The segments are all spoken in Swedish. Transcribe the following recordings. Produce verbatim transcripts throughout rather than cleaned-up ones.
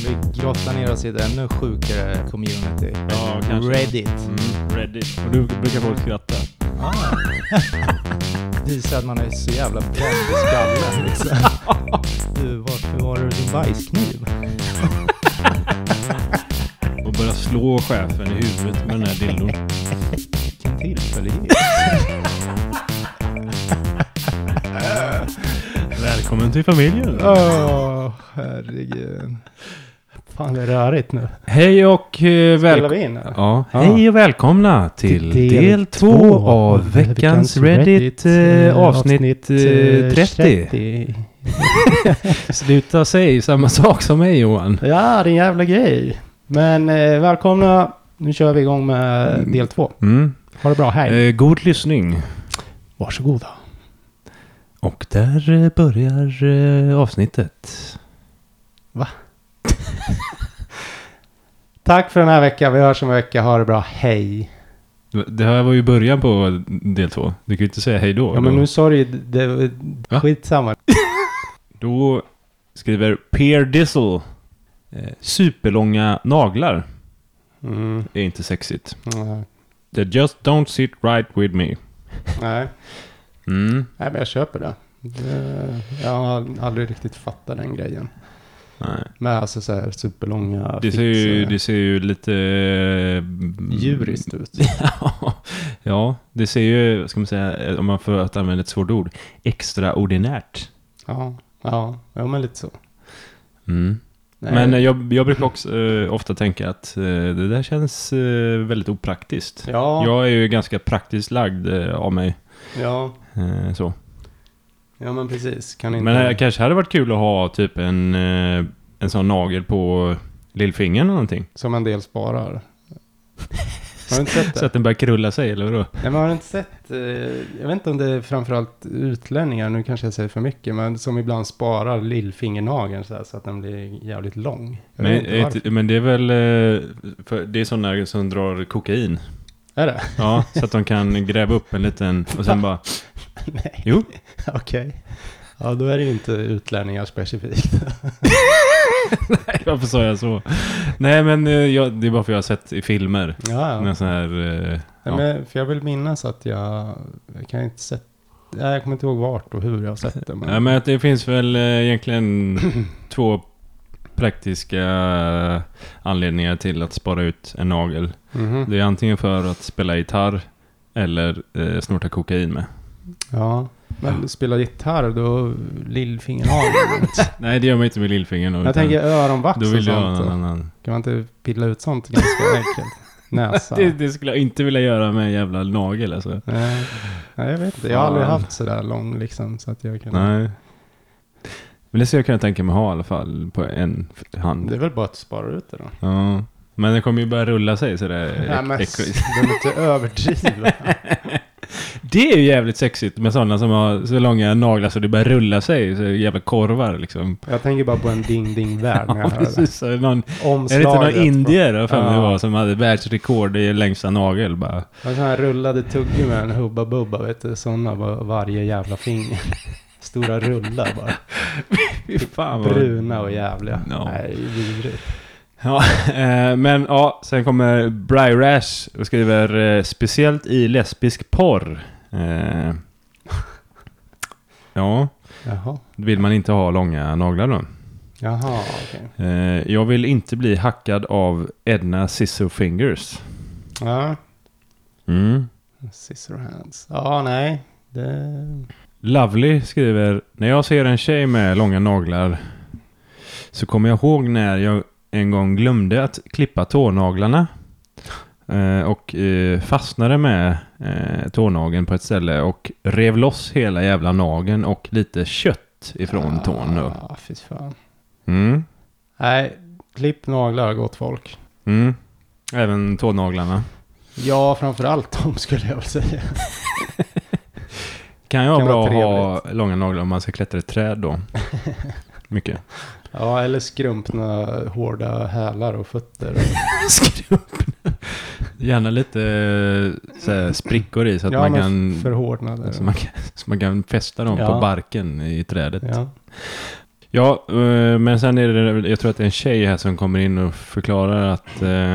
Vi grottar ner oss i ett ännu sjukare community. Ja, kanske. Reddit. Mm, Reddit. Och du brukar folk skratta. Ah. Visar att man är så jävla bränd i skallen. Liksom. Du, varför var det din bajskniv? Och börja slå chefen i huvudet med den här dildon. Vilken tillfällighet. Välkommen till familjen. Åh, oh, herregud. Fan, det är rörigt nu. Hej och eh, välkomna. Ja. Ja. Hej och välkomna till, till del, del två av veckans Reddit, Reddit eh, avsnitt eh, trettio. trettio. Sluta säga samma sak som mig, Johan. Ja, det är en jävla grej. Men eh, välkomna. Nu kör vi igång med mm. del två. Mm. Ha det bra, hej. Eh, god lyssning. Varsågoda. Och där eh, börjar eh, avsnittet. Va? Tack för den här veckan. Vi hörs om en vecka. Ha det bra. Hej. Det här var ju början på del två. Du kan ju inte säga hej då. Ja, men nu sa du ju det, det skitsamma. Då skriver Per Dizzle. Eh, superlånga naglar. Mm. Är inte sexigt. Mm. They just don't sit right with me. Nej. Mm. Nej, men jag köper det. det. Jag har aldrig riktigt fattat den grejen. Nej. Med alltså så här superlånga det ser, ju, det ser ju lite djuriskt ut. Ja, det ser ju, ska man säga, om man får att använda ett svårt ord, extraordinärt. Ja, ja, ja men lite så. Mm. Men jag, jag brukar också uh, ofta tänka att uh, det där känns uh, väldigt opraktiskt. Ja. Jag är ju ganska praktiskt lagd uh, av mig. Ja. Uh, så. Ja, men precis. Kan inte... Men det kanske hade varit kul att ha typ en, uh, en sån nagel på lillfingern eller någonting. Som en del sparar. Har du inte sett det? Så att den börjar krulla sig, eller vadå? Nej, men har du inte sett... Eh, jag vet inte om det är framförallt utlänningar, nu kanske jag säger för mycket, men som ibland sparar lillfingernageln så, här, så att den blir jävligt lång. Jag Men, ett, men det är väl... För det är sådana som drar kokain. Är det? Ja, så att de kan gräva upp en liten... Och sen bara... Nej. Jo. Okej. Okay. Ja, då är det ju inte utlänningar specifikt. Nej, varför sa jag så? Nej, men jag, det är bara för jag har sett i filmer. Ja, ja. Sån här, uh, ja. Men, för jag vill minnas att jag... Jag kan inte sett... Nej, jag kommer inte ihåg vart och hur jag har sett det. Men... Ja, men det finns väl uh, egentligen två praktiska anledningar till att spara ut en nagel. Mm-hmm. Det är antingen för att spela gitarr eller uh, snorta kokain med. Ja, men spela gitarr då lillfingernageln. Nej, det gör man inte med lillfingern. Jag tänker öronvax och sånt. Annan, annan. Kan man inte pilla ut sånt ganska enkelt? Näsa. det, det skulle jag inte vilja göra med en jävla nagel alltså. Nej, Nej jag vet inte. Jag har aldrig haft sådär lång liksom så att jag kan... Nej. Men det skulle jag kunna tänka mig ha i alla fall på en hand. Det är väl bara att spara ut det då. Ja. Men det kommer ju bara rulla sig sådär. Nej, men det är inte överdriva. Det är ju jävligt sexigt med sådana som har så långa naglar så det bara rulla sig. Så jävla korvar liksom. Jag tänker bara på en ding-ding-värld när jag hör precis, det. Någon, Omslaget. är det inte någon indier för mig ja. var som hade världsrekord i längsta nagel bara. Och sån här rullade tugge med en hubba-bubba, vet du. Sådana var varje jävla finger. Stora rullar bara. Fy fan vad... Bruna och jävliga. No. Nej, vidrigt. Ja, eh, men ja, sen kommer Bry Rash och skriver eh, speciellt i lesbisk porr. Eh, ja, Jaha. Vill man inte ha långa naglar då? Jaha, okej. Okay. Eh, jag vill inte bli hackad av Edna Scissorfingers. Ja. Mm. Scissorhands. Ja, nej. Det... Lovely skriver, när jag ser en tjej med långa naglar så kommer jag ihåg när jag en gång glömde att klippa tånaglarna eh, och eh, fastnade med eh, tånageln på ett ställe och rev loss hela jävla nageln och lite kött ifrån ah, tån. Ja, fy fan. Mm. Nej, klipp naglar, gott folk. Mm. Även tånaglarna. Ja, framförallt de skulle jag väl säga. Kan jag kan bra ha långa naglar om man ska klättra ett träd då? Mycket. Ja, eller skrumpna hårda hälar och fötter. Skrumpna. Gärna lite såhär, sprickor i så att ja, man kan förhårdnader. så man kan, så man kan fästa dem ja. på barken i trädet. Ja. Ja, eh, men sen är det, jag tror att det är en tjej här som kommer in och förklarar att eh,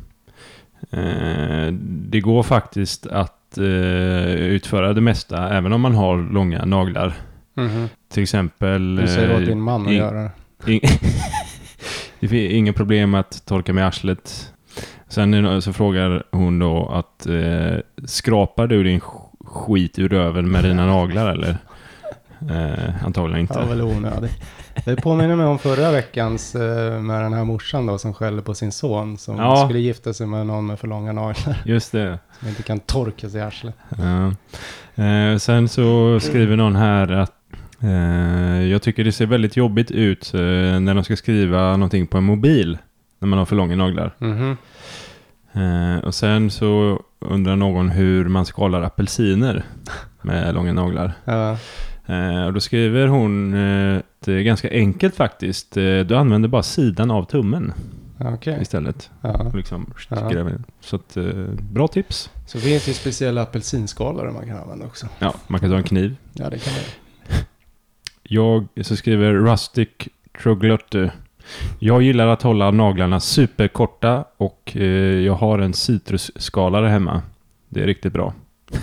eh, det går faktiskt att eh, utföra det mesta även om man har långa naglar. Mm-hmm. Till exempel... Du säger åt din man att in, göra det. In, det finns inga problem att torka med arslet. Sen så frågar hon då att eh, skrapar du din skit ur röven med dina naglar eller? Eh, antagligen inte. Ja, väl onödigt. Det påminner mig om förra veckans eh, med den här morsan då som skällde på sin son som ja. skulle gifta sig med någon med för långa naglar. Just det. Som inte kan torka sig i arslet. Ja. Eh, sen så skriver någon här att eh, jag tycker det ser väldigt jobbigt ut eh, när de ska skriva någonting på en mobil när man har för långa naglar. Mhm. Eh, och sen så undrar någon hur man skalar apelsiner med långa naglar. Ja. Eh, och då skriver hon eh, det är ganska enkelt faktiskt. Eh, du använder bara sidan av tummen Okej. istället. Ja. Och liksom, Ja. Så att, eh, bra tips. Så finns det ju speciella apelsinskalare man kan använda också. Ja, man kan ta en kniv. Ja, det kan man. Jag så skriver Rustic Troglotte. Jag gillar att hålla naglarna superkorta och eh, jag har en citrusskalare hemma. Det är riktigt bra.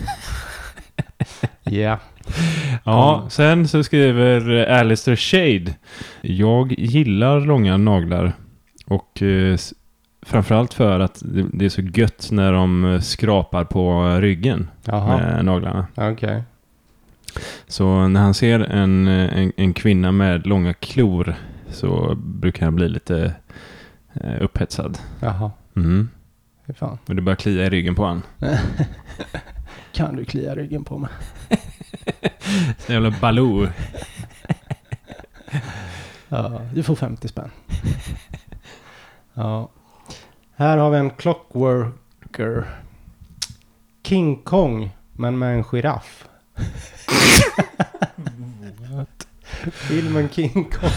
Ja. Ja, sen så skriver Alistair Shade. Jag gillar långa naglar och eh, framförallt för att det, det är så gött när de skrapar på ryggen Jaha. med naglarna. Okej. Okay. Så när han ser en, en, en kvinna med långa klor så brukar han bli lite eh, upphetsad. Jaha. Mm. Hur fan. Och det börjar klia i ryggen på han. Kan du klia ryggen på mig? Så jävla Baloo. Ja, du får femtio spänn. Ja. Här har vi en clockworker. King Kong, men med en giraff. Filmen King Kong.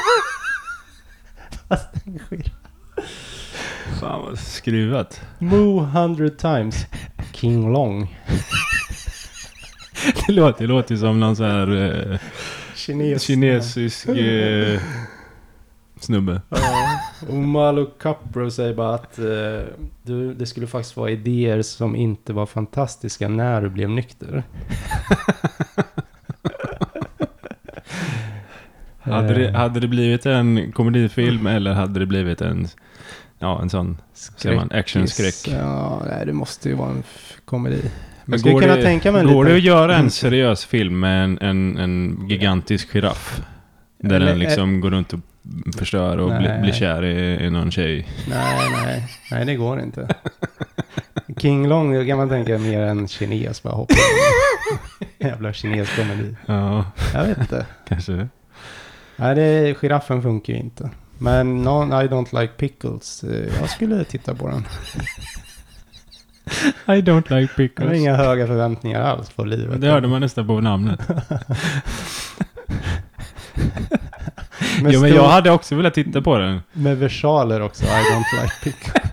Fast en giraff. Fan vad skruvat. Moo hundred times. King Long. Det låter, det låter som någon så här eh, Kines. kinesisk eh, snubbe. Ja. Och Malo Capro säger bara att eh, du, det skulle faktiskt vara idéer som inte var fantastiska när du blev nykter. hade, det, hade det blivit en komedifilm eller hade det blivit en, ja, en sån man, actionskräck? Ja, nej, det måste ju vara en f- komedi. Men skulle går kunna det, tänka mig går lite... det att göra en seriös film med en, en, en gigantisk giraff? Där Eller- den liksom går runt och förstör och blir, Nej. blir kär i, i någon tjej. Nej, nej. Nej, det går inte. King Long, då kan man tänka mer en kines bara hoppa in. Jävla kines komedi. Ja, Jag vet inte. kanske. Nej, det, giraffen funkar ju inte. Men non, I don't like pickles. Eh, Jag skulle titta på den. I don't like Jag har pickles. inga höga förväntningar alls på livet. Det hörde man nästan på namnet. Med, Jo, men stor, jag hade också velat titta på den. med versaler också. I don't like pickles.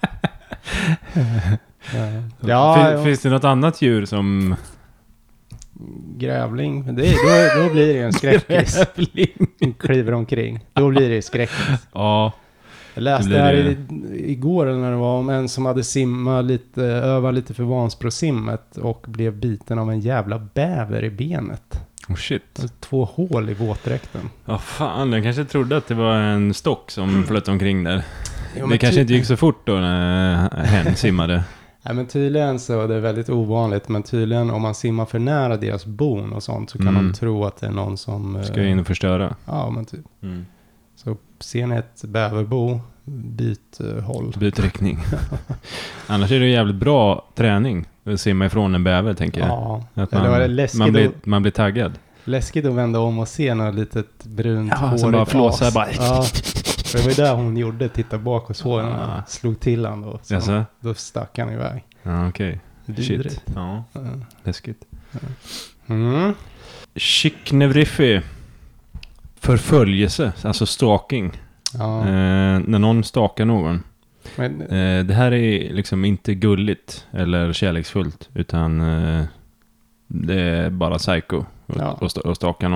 ja, ja, Fin, ja, finns det något annat djur som... grävling. Det, är- då, då blir det ju en skräckis. Grävling. Som kliver omkring. Då blir det skräckis. Ja, Jag läste blir här det. i, igår eller när det var om en som hade simmat lite, övat lite för Vansbrosimmet och blev biten av en jävla bäver i benet. oh shit. Två hål i våtdräkten. Ja, fan, jag kanske trodde att det var en stock som flöt omkring där. Jo, det men kanske ty- inte gick så fort då när hen simmade. Nej, men tydligen så är det väldigt ovanligt, men tydligen om man simmar för nära deras bon och sånt så kan Mm. de tro att det är någon som... eh, Ska in och förstöra. Ja, men typ. Mm. Så ser ni ett bäverbo, byt uh, håll. Byt riktning. Annars är det jävligt bra träning att simma ifrån en bäver, tänker jag. Ja, Att eller var det man, läskigt, man, blir, att, man blir taggad. läskigt att vända om och se något litet brunt Ja, hårigt som bara flåsar, as. bara- Ja, för det var ju där hon gjorde, titta bak och så den Ah. slog till han då. Så Jaså? då stack han iväg. Ja, okej. Vidrigt. Shit. Ja, Ja. läskigt. Mm. Chiknevriffi. Förföljelse, alltså stalking. Ja, Eh, när någon stalkar någon. men, Eh, det här är liksom inte gulligt eller kärleksfullt, utan eh, det är bara psycho att Ja. ja. sta- att stalka någon.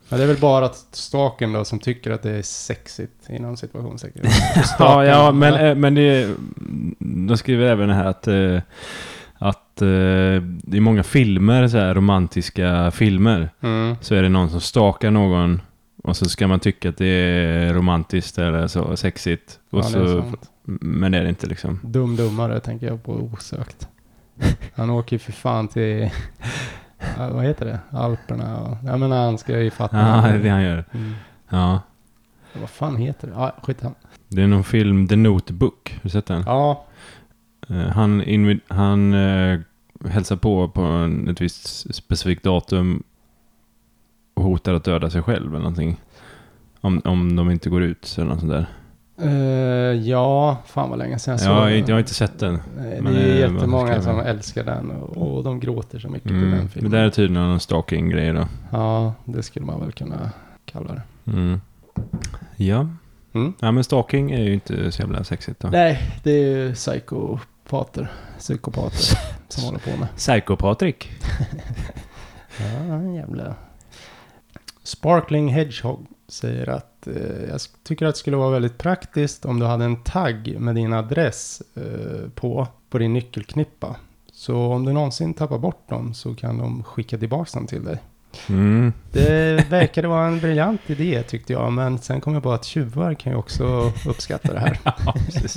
Ja, det är väl bara att staken då som tycker att det är sexigt inom situationssäkert. ja, ja, men, men det, de skriver även här att, att det är många filmer, så här romantiska filmer, mm. så är det någon som stakar någon och så ska man tycka att det är romantiskt eller så sexigt. Och ja, så, det men det är det inte liksom. Dum dummare tänker jag på osökt. Han åker ju för fan till... vad heter det? Alperna. Och, jag menar, han ska ju fatta. Ja, det är det han gör. Mm. Ja. Vad fan heter det? Ja, skit han. Det är någon film, The Notebook. Har du sett den? Ja. Uh, han invid- han uh, hälsar på på en, ett visst specifikt datum och hotar att döda sig själv eller någonting. Om, om de inte går ut eller något sånt där. Uh, ja, fan vad länge sedan jag såg ja, den. Jag har inte sett den. Nej, men det är uh, jättemånga som älskar den och, och de gråter så mycket mm, på den filmen. Det där är tydligen någon stalking-grej då. Ja, det skulle man väl kunna kalla det. Mm. Ja. Mm. Ja, men stalking är ju inte så jävla sexigt då. Nej, det är ju psykopater. Psykopater som håller på med. Psykopatrik. Ja, jävla. Sparkling Hedgehog säger att eh, jag tycker att det skulle vara väldigt praktiskt om du hade en tagg med din adress eh, på, på din nyckelknippa. Så om du någonsin tappar bort dem så kan de skicka tillbaka dem till dig. Mm. Det verkade vara en briljant idé tyckte jag, men sen kom jag på att tjuvar kan ju också uppskatta det här. Ja,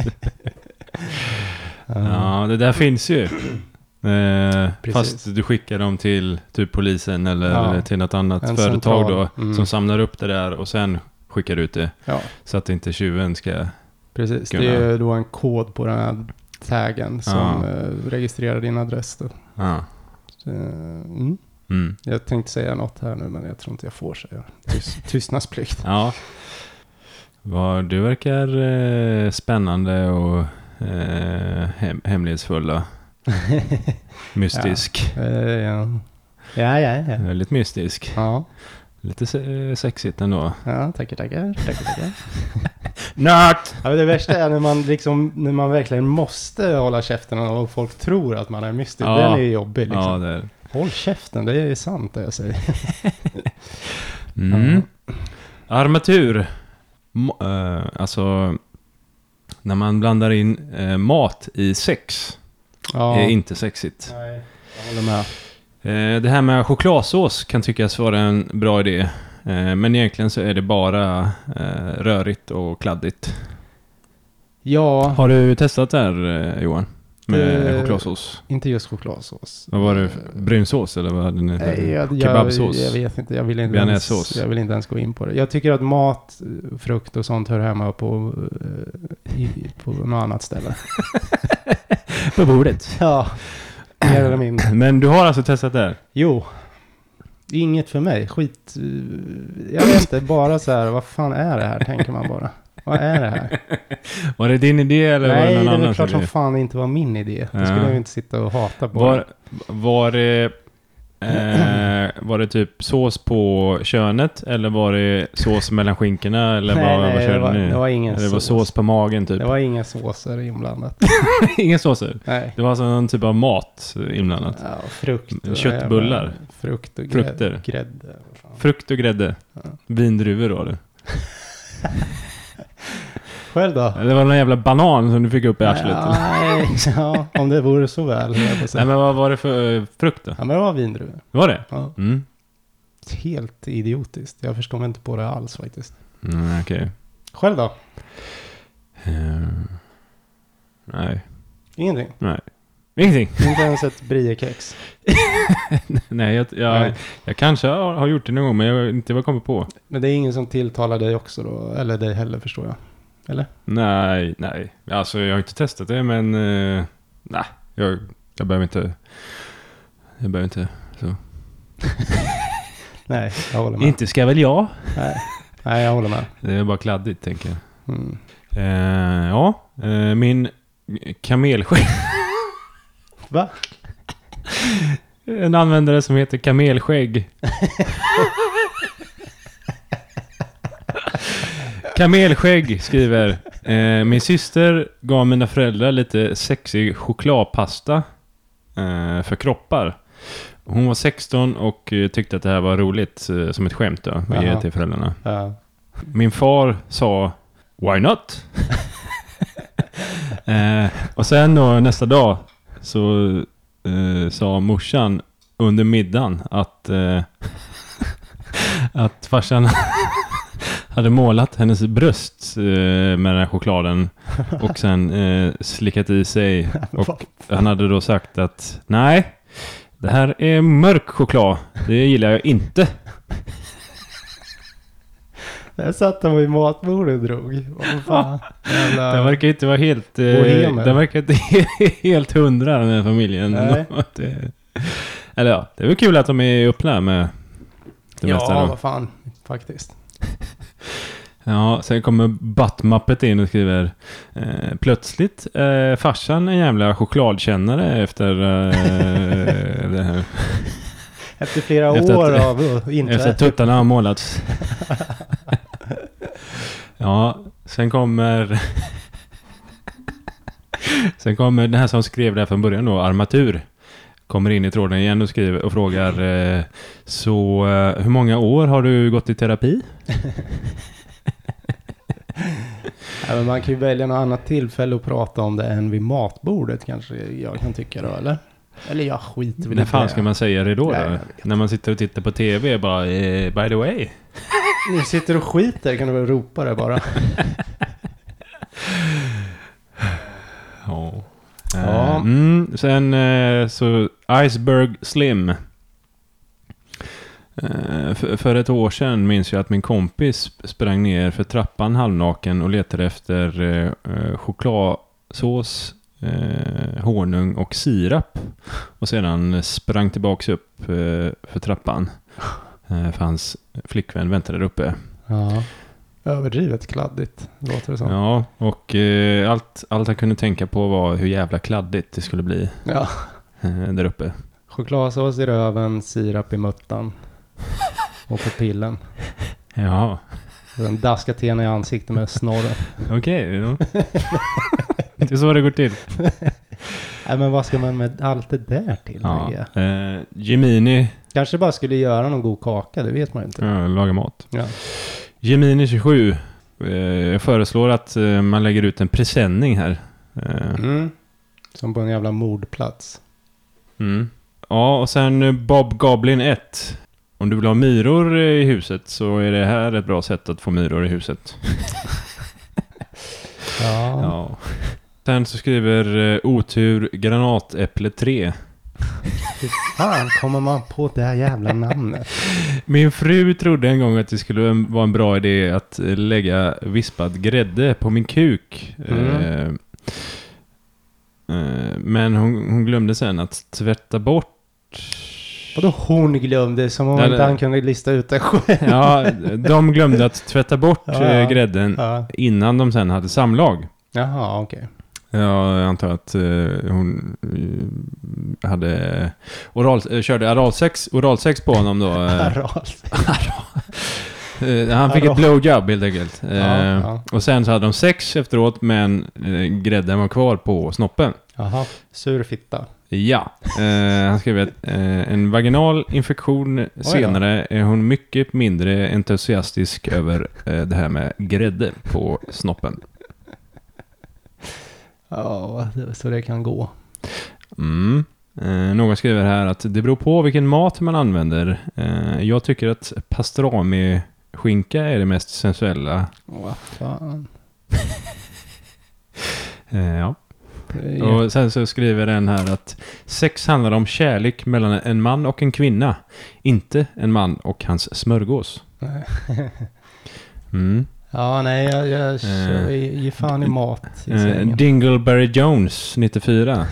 ja, det där finns ju. Eh, fast du skickar dem till typ polisen eller ja, till något annat företag central, då mm. som samlar upp det där och sen skickar ut det. Ja. Så att inte tjuven ska precis, kunna... det är då en kod på den här taggen som ja. eh, registrerar din adress då. Ja. Så, mm. Mm. Jag tänkte säga något här nu men jag tror inte jag får säga. Tys- tystnadsplikt. Ja. Vad du verkar eh, spännande och eh, hem- hemlighetsfulla. Mystisk. Ja. Uh, ja. Ja, ja, ja. Väldigt mystisk. Ja. Lite se- sexigt ändå. Ja, tackar, tackar. tackar, tackar. Nört! Ja, det värsta är när man, liksom, när man verkligen måste hålla käften och folk tror att man är mystisk. Ja. Den är ju jobbig. Liksom. Ja, det är. Håll käften, det är sant det jag säger. mm. Ja. Armatur. M- uh, alltså, när man blandar in uh, mat i sex. Ja. Är inte sexigt. Nej, jag håller med. Eh, det här med chokladsås kan tyckas vara en bra idé. Eh, men egentligen så är det bara eh, rörigt och kladdigt. Ja. Har du testat det här, eh, Johan? Med eh, chokladsås? Inte just chokladsås. Vad var det? Brunsås eller vad hade ni? Nej, jag, kebabsås? Jag, jag vet inte. Jag vill inte, ens, jag vill inte ens gå in på det. Jag tycker att mat, frukt och sånt hör hemma på, i, på något annat ställe. På bordet? Ja. Mer eller mindre. Men du har alltså testat det här? Jo. Inget för mig. Skit. Jag vet inte. Bara så här. Vad fan är det här? Tänker man bara. Vad är det här? Var det din idé eller Nej, var det någon annan idé? Nej, det är klart som fan inte var min idé. Det ja. skulle jag ju inte sitta och hata på. Var, var det... Eh, var det typ sås på könet eller var det sås mellan skinkorna eller nej, vad, nej, vad körde det var, ni? Det var ingen eller det sås. var sås på magen typ. Det var inga såser inblandat. Inga såser? Nej. Det var alltså en typ av mat inblandat. Ja, frukt. Och köttbullar. Jävla, frukt och frukter. Grädde. Frukt och grädde. Ja. Vindruvor då eller? Själv då? Det var någon jävla banan som du fick upp i arslet. Nej, ja, om det vore så väl. Nej, men vad var det för frukt då? Ja, men det var vindruvor. Var det? Ja. Mm. Helt idiotiskt. Jag förstår mig inte på det alls faktiskt. Mm, okej. Okay. Själv då? Uh, nej. Ingenting? Nej. Ingenting. Inte ens ett briekex? nej, jag, jag, nej, jag kanske har, har gjort det någon gång, men jag vet inte vad jag kommer på. Men det är ingen som tilltalar dig också då? Eller dig heller, förstår jag. Eller? Nej, nej. Alltså, jag har inte testat det, men... Uh, nej, jag, jag behöver inte... Jag behöver inte, så... nej, jag håller med. Inte ska väl jag? Nej, nej jag håller med. Det är bara kladdigt, tänker jag. Mm. Uh, ja, uh, min kamelskägg... Va? En användare som heter kamelskägg. Kamelskägg skriver: eh, min syster gav mina föräldrar lite sexig chokladpasta eh, för kroppar. Hon var sexton och eh, tyckte att det här var roligt eh, som ett skämt då, att ge till föräldrarna. Ja. Min far sa why not? eh, och sen då nästa dag så eh, sa morsan under middagen att eh, att farsan hade målat hennes bröst eh, med den här chokladen och sen eh, slickat i sig. Och han hade då sagt att nej, det här är mörk choklad. Det gillar jag inte. Där satt han vid matbordet och drog. Vad fan. Jävla... Det verkar inte vara helt... Eh, det verkar inte helt hundra den här familjen. det, eller ja, det är väl kul att de är öppna med det ja, mesta då. vad fan. Faktiskt. Ja, sen kommer Buttmuppet in och skriver eh, plötsligt eh, farsan en jävla chokladkännare efter eh, det här. Efter flera efter år att, av inträde. Efter att tuttarna har målats. Ja, sen kommer sen kommer den här som skrev det här från början då, Armatur. Kommer in i tråden igen och skriver och frågar eh, så eh, hur många år har du gått i terapi? Ja, men man kan ju välja något annat tillfälle att prata om det än vid matbordet kanske jag kan tycka då, eller? Eller jag skiter väl. När fan ska man säga det då? Nej, då? När man sitter och tittar på tv bara, eh, by the way. Ni sitter och skiter, kan du väl ropa det bara? Ja. Ja. Uh, mm, sen uh, så Iceberg Slim. Uh, för, för ett år sedan minns jag att min kompis sprang ner för trappan halvnaken och letade efter uh, uh, chokladsås, uh, honung och sirap. Och sedan sprang tillbaks upp uh, för trappan. Uh, för hans flickvän väntade där uppe. Ja. Överdrivet kladdigt, låter det som. Ja, och uh, allt, allt han kunde tänka på var hur jävla kladdigt det skulle bli ja. uh, där uppe. Chokladsås i röven, sirap i muttan och på pillen. Ja. Den daskar tena i ansiktet med snorren. Okej, okay, ja. Det är så det går till. Nej, men vad ska man med allt det där till? Ja. Eh, Gemini. Kanske bara skulle göra någon god kaka, det vet man inte. Ja, laga mat. Ja. Gemini tjugosju. Eh, jag föreslår att eh, man lägger ut en presenning här. Eh. Mm. Som på en jävla mordplats. Mm. Ja, och sen Bob Goblin ett. Om du vill ha myror i huset så är det här ett bra sätt att få myror i huset. Ja. Ja. Sen så skriver uh, Otur Granatäpple tre. Hur fan kommer man på det här jävla namnet? Min fru trodde en gång att det skulle vara en bra idé att lägga vispad grädde på min kuk. Mm. Uh, uh, men hon, hon glömde sen att tvätta bort. Vadå hon glömde? Som om inte han kunde lista ut det själv. Ja, de glömde att tvätta bort ja, ja. grädden ja. innan de sen hade samlag. Jaha, okej. Okay. Ja, jag antar att uh, hon uh, hade oral, uh, körde oralsex, oralsex på honom då. Oralsex. uh, han fick Aral. ett blowjob helt enkelt. Uh, ja, ja. Och sen så hade de sex efteråt, men uh, grädden var kvar på snoppen. Jaha, sur fitta. Ja, uh, han skrev att uh, en vaginal infektion senare är hon mycket mindre entusiastisk över uh, det här med grädde på snoppen. Ja, så det kan gå. Mm. Eh, någon skriver här att det beror på vilken mat man använder. Eh, jag tycker att pastrami-skinka är det mest sensuella. Vad fan. eh, ja. Och sen så skriver den här att sex handlar om kärlek mellan en man och en kvinna. Inte en man och hans smörgås. Mm. Ja, nej, jag, jag kör uh, ge fan i mat i uh, Dingleberry Jones nittiofyra.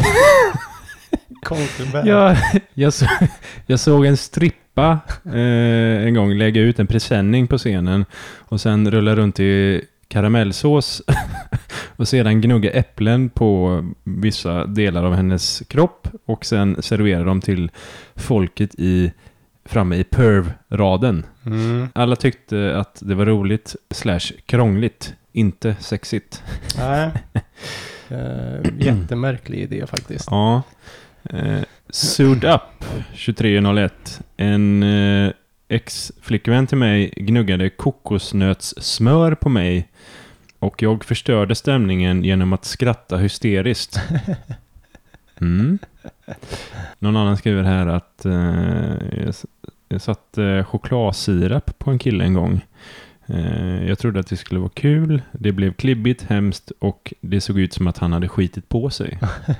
ja, jag, så, jag såg en strippa uh, en gång lägga ut en presenning på scenen och sen rulla runt i karamellsås och sedan gnugga äpplen på vissa delar av hennes kropp och sen servera dem till folket i framme i perv-raden. Mm. Alla tyckte att det var roligt slash krångligt, inte sexigt. Nej. uh, jättemärklig idé faktiskt. Ja. Uh, Suit Up tjugotre noll ett. En eh, ex-flickvän till mig gnuggade kokosnötssmör på mig och jag förstörde stämningen genom att skratta hysteriskt. Mm. Någon annan skriver här att eh, jag, jag satt eh, chokladsirap på en kille en gång. Eh, jag trodde att det skulle vara kul. Det blev klibbigt, hemskt och det såg ut som att han hade skitit på sig.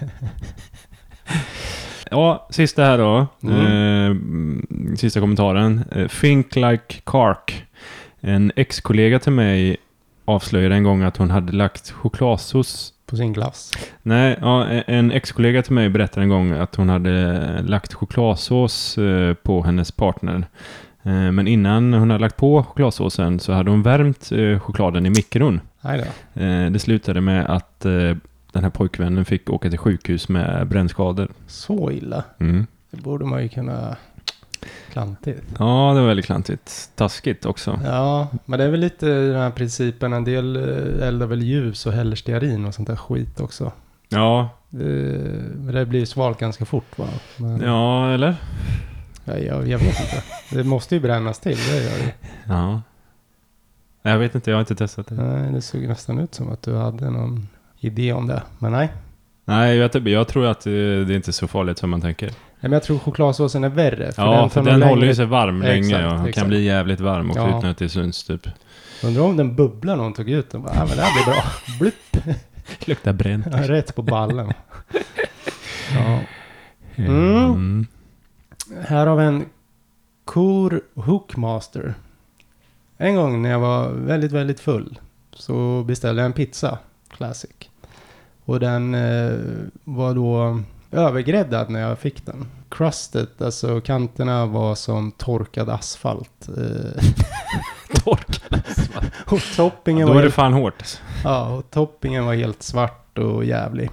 Ja, sista här då. Mm. Eh, sista kommentaren. Eh, Think Like Kark. En ex-kollega till mig avslöjade en gång att hon hade lagt chokladsås på sin glass. Nej, ja, en ex-kollega till mig berättade en gång att hon hade lagt chokladsås eh, på hennes partner. Eh, men innan hon hade lagt på chokladsåsen så hade hon värmt eh, chokladen i mikron. Nej då. Eh, det slutade med att eh, den här pojkvännen fick åka till sjukhus med brännskador. Så illa. Mm. Det borde man ju kunna... Klantigt. Ja, det var väldigt klantigt. Taskigt också. Ja, men det är väl lite den här principen. En del eldar väl ljus och häller stearin och sånt där skit också. Ja. Det, det blir svalt ganska fort, va? Men, ja, eller? Ja, jag, jag vet inte. Det måste ju brännas till, det gör det. Ja. Jag vet inte, jag har inte testat det. Nej, det såg nästan ut som att du hade någon idé om det. Men nej. Nej, jag, vet, jag tror att det, det är inte så farligt som man tänker. Nej, men jag tror chokladsåsen är värre. För ja, den, för den håller ju sig varm exakt, länge och exakt. kan bli jävligt varm också ja. utan att det syns typ. Undrar om den bubblar någon tog ut den. Ja, men det här blir bra. Blipp. Luktar bränt. Ja, rätt på ballen. Ja. Mm. Mm. Här har vi en Kor Hookmaster. En gång när jag var väldigt, väldigt full så beställde jag en pizza. Classic. Och den eh, var då övergräddad när jag fick den. Crustet, alltså kanterna var som torkad asfalt. Torkad asfalt. Och toppingen ja, då var... var det helt, fan hårt. ja, och toppingen var helt svart och jävlig.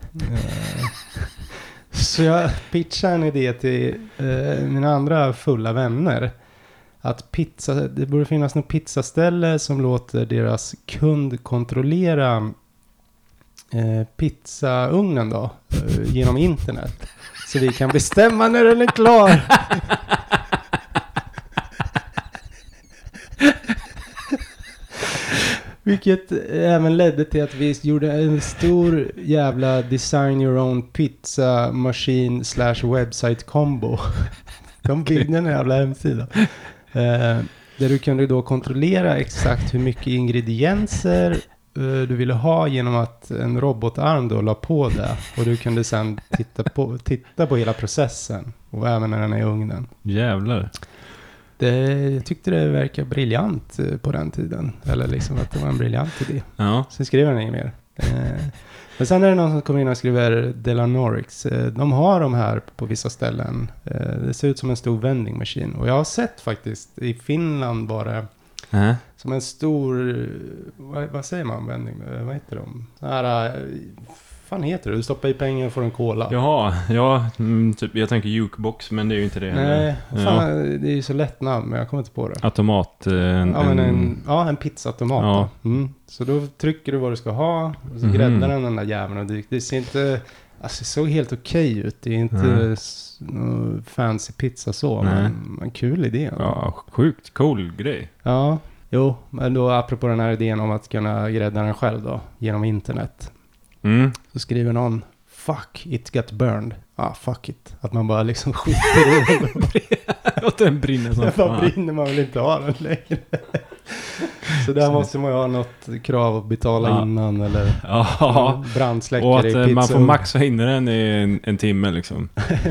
Så jag pitchade en idé till eh, mina andra fulla vänner. Att pizza, det borde finnas något pizzaställe som låter deras kund kontrollera eh, pizzaugnen då, eh, genom internet. Så vi kan bestämma när den är klar. Vilket även ledde till att vi gjorde en stor jävla design your own pizza machine slash website combo. De byggde en jävla hemsida. Eh, där du kunde då kontrollera exakt hur mycket ingredienser eh, du ville ha genom att en robotarm då la på det. Och du kunde sedan titta på, titta på hela processen. Och även när den är i ugnen. Jävlar. Det, jag tyckte det verkar briljant eh, på den tiden. Eller liksom att det var en briljant idé. Ja. Sen skriver den inget mer. Eh, men sen är det någon som kommer in och skriver Delanorix. Eh, de har de här på vissa ställen. Eh, det ser ut som en stor vending machine. Och jag har sett faktiskt i Finland bara Uh-huh. som en stor, vad, vad säger man vending? Eh, vad heter de? Så här, eh, fan heter det? Du stoppar i pengar och får en cola. Jaha, ja, mm, typ, jag tänker jukebox, men det är ju inte det. Nej, ja. fan, det är ju så lätt namn, men jag kommer inte på det. Automat. En, ja, men en, en, ja, en pizzaautomat. ja. Mm. Så då trycker du vad du ska ha och så Mhm. gräddar den den där jäveln och det, det ser inte, alltså det såg helt okej ut. Det är inte Nej. s- någon fancy pizza så, Nej. men en kul idé. Ja, sjukt cool grej. Ja, jo, men då apropå den här idén om att kunna grädda den själv då, genom internet. Mm. Så skriver någon, fuck, it got burned. Ja, ah, fuck it. Att man bara liksom skiter i den. Låt den brinna som Vad fan. brinner, man vill inte ha den längre. Så där måste man ju ha något krav att betala Ja. innan eller Ja, brandsläckare och att i eh, pizza. man får maxa in den i en, en timme liksom.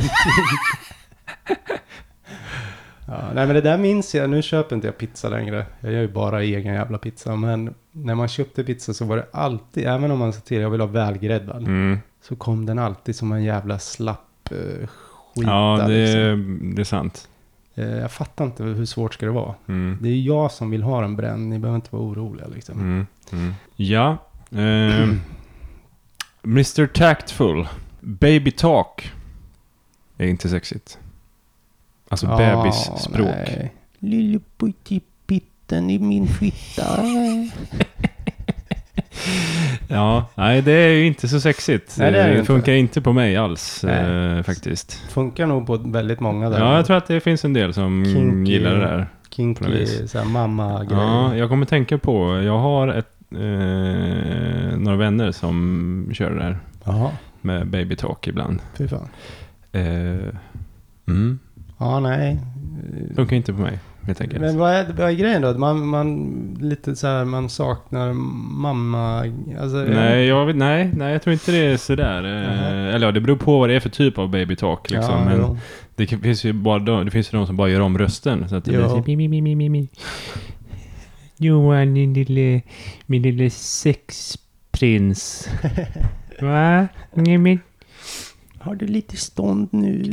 Ja, nej men det där minns jag, nu köper inte jag pizza längre. Jag gör ju bara egen jävla pizza. Men när man köpte pizza så var det alltid, även om man sa till jag vill ha välgräddad, Mm. så kom den alltid som en jävla slapp uh, skit. Ja, det, liksom. det är sant. Uh, jag fattar inte hur svårt ska det vara. Mm. Det är jag som vill ha den bränd, ni behöver inte vara oroliga liksom. Mm. Mm. Ja. Eh, mister Tactful. Baby talk. Är inte sexigt. Alltså Ah, bebisspråk. nej. Lille pitten i min fitta. Ja, nej det är ju inte så sexigt. Nej, det är det det inte. funkar inte på mig alls eh, faktiskt. Funkar nog på väldigt många där. Ja, jag tror att det finns en del som Kinky. gillar det där. på något Kinky, vis. såhär mamma-grejer. Ja, jag kommer tänka på, jag har ett, eh, några vänner som kör det där Jaha, med baby talk ibland. fy fan. Eh, mm, Ja, nej. funkar inte på mig, helt enkelt. Men vad är, vad är grejen då? Man, man lite så här, man saknar mamma. Alltså, Nej, jag vet, nej, nej, jag tror inte det är sådär. Eh, eller ja, det beror på vad det är för typ av baby talk. Liksom. Ja, Men jo. det finns ju bara de, det finns ju de som bara gör om rösten. Så att det Jo. blir så mi, mi, mi, mi, mi, mi. Johan, min lille, min lille sexprins. Va? Nej, men... Har du lite stånd nu?